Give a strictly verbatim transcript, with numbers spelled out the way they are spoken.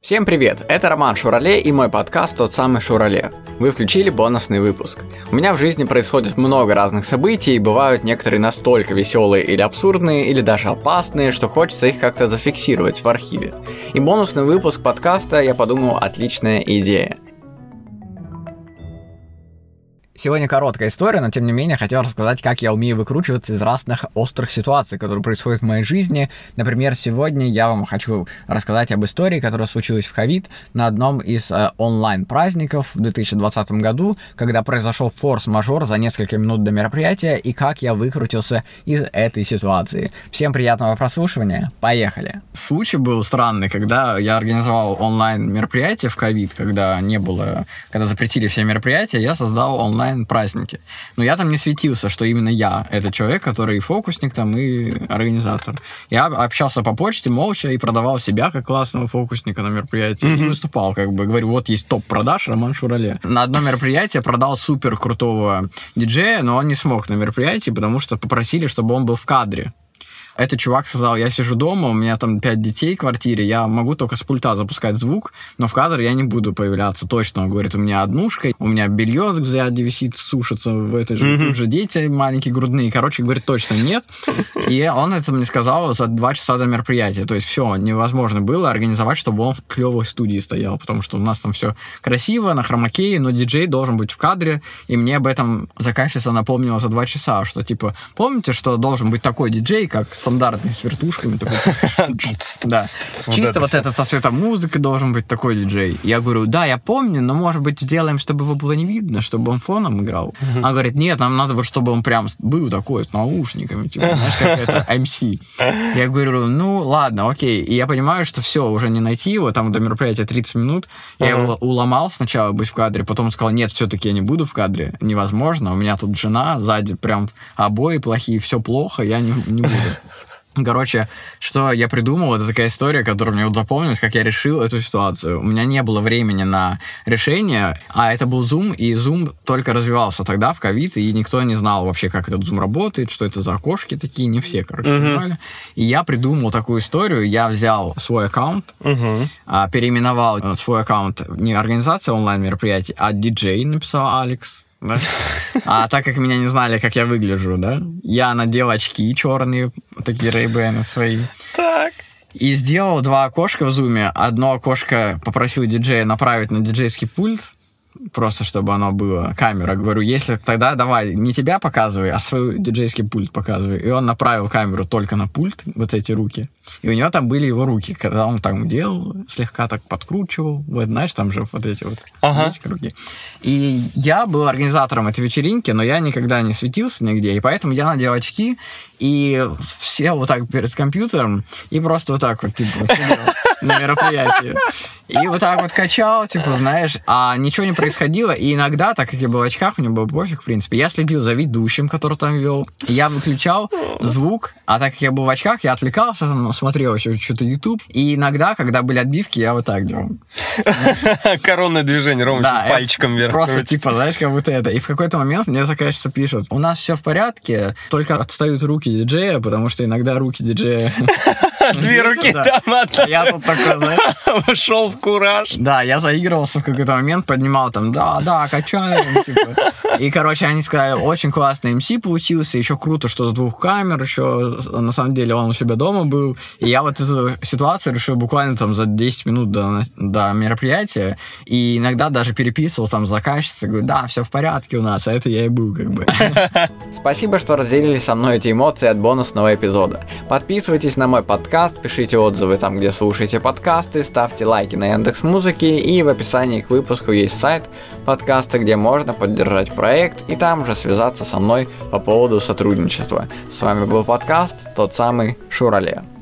Всем привет, это Роман Шурале и мой подкаст «Тот самый Шурале». Вы включили бонусный выпуск. У меня в жизни происходит много разных событий, и бывают некоторые настолько веселые или абсурдные, или даже опасные, что хочется их как-то зафиксировать в архиве. И бонусный выпуск подкаста, я подумал, отличная идея. Сегодня короткая история, но тем не менее хотел рассказать, как я умею выкручиваться из разных острых ситуаций, которые происходят в моей жизни. Например, сегодня я вам хочу рассказать об истории, которая случилась в ковид на одном из э, онлайн-праздников в две тысячи двадцатом году, когда произошел форс-мажор за несколько минут до мероприятия, и как я выкрутился из этой ситуации. Всем приятного прослушивания, поехали! Случай был странный, когда я организовал онлайн-мероприятие в ковид, когда не было, когда запретили все мероприятия, я создал онлайн праздники. Но я там не светился, что именно я это человек, который и фокусник там, и организатор. Я общался по почте молча и продавал себя как классного фокусника на мероприятии. Mm-hmm. И выступал, как бы, говорю, вот есть топ продаж Роман Шурале. На одно мероприятие продал супер крутого диджея, но он не смог на мероприятии, потому что попросили, чтобы он был в кадре. Этот чувак сказал, я сижу дома, у меня там пять детей в квартире, я могу только с пульта запускать звук, но в кадр я не буду появляться точно. Он говорит, у меня однушка, у меня белье сзади висит, сушится в этой же, mm-hmm. тут же дети маленькие, грудные. Короче, говорит, точно нет. И он это мне сказал за два часа до мероприятия. То есть все, невозможно было организовать, чтобы он в клевой студии стоял, потому что у нас там все красиво, на хромакее, но диджей должен быть в кадре, и мне об этом заказчица напомнила за два часа, что типа, помните, что должен быть такой диджей, как стандартный, с вертушками. Такой, да. Чисто вот этот со светомузыкой должен быть такой диджей. Я говорю, да, я помню, но, может быть, сделаем, чтобы его было не видно, чтобы он фоном играл. Она говорит, нет, нам надо вот, чтобы он прям был такой, с наушниками, типа, знаешь, как это, эм си. Я говорю, ну, ладно, окей. И я понимаю, что все, уже не найти его, там до мероприятия тридцать минут. Я его уломал сначала быть в кадре, потом сказал, нет, все-таки я не буду в кадре, невозможно, у меня тут жена, сзади прям обои плохие, все плохо, я не, не буду. Короче, что я придумал, это такая история, которая мне вот запомнилась, как я решил эту ситуацию. У меня не было времени на решение, а это был Zoom, и Zoom только развивался тогда, в ковид, и никто не знал вообще, как этот Zoom работает, что это за окошки такие, не все, короче, uh-huh. понимали. И я придумал такую историю, я взял свой аккаунт, uh-huh. переименовал свой аккаунт не организация онлайн-мероприятий, а диджей, написал Алекс. Да? А так как меня не знали, как я выгляжу, да, я надел очки черные, такие Ray-Ban свои. Так. И сделал два окошка в зуме. Одно окошко попросил диджея направить на диджейский пульт, просто чтобы оно было, камера. Говорю, если тогда давай, не тебя показывай, а свой диджейский пульт показывай. И он направил камеру только на пульт, вот эти руки. И у него там были его руки, когда он там делал, слегка так подкручивал. Вот, знаешь, там же вот эти вот ага. эти руки. И я был организатором этой вечеринки, но я никогда не светился нигде, и поэтому я надел очки и сел вот так перед компьютером и просто вот так вот, типа, сидел на мероприятии. И вот так вот качал, типа, знаешь, а ничего не происходило. И иногда, так как я был в очках, мне было пофиг, в принципе, я следил за ведущим, который там вел. Я выключал звук, а так как я был в очках, я отвлекался, там, смотрел еще что-то YouTube. И иногда, когда были отбивки, я вот так делал. Коронное движение, Рома, да, пальчиком вверх. Просто, типа, знаешь, как будто это. И в какой-то момент мне заказчица пишет, у нас все в порядке, только отстают руки диджея, потому что иногда руки диджея... Две руки там, одна. Я тут такой, знаешь... Вышел в кураж. Да, я заигрывался в какой-то момент, поднимал там, да, да, качаем, типа. И, короче, они сказали, очень классный эм си получился, еще круто, что с двух камер, еще, на самом деле, он у себя дома был. И я вот эту ситуацию решил буквально там за десять минут до, до мероприятия, и иногда даже переписывал там с заказчицей, говорю, да, все в порядке у нас, а это я и был, как бы. Спасибо, что разделили со мной эти эмоции от бонусного эпизода. Подписывайтесь на мой подкаст, пишите отзывы там, где слушаете подкасты, ставьте лайки на Яндекс.Музыке, и в описании к выпуску есть сайт подкаста, где можно поддержать проект и там же связаться со мной по поводу сотрудничества. С вами был подкаст «Тот самый Шурале».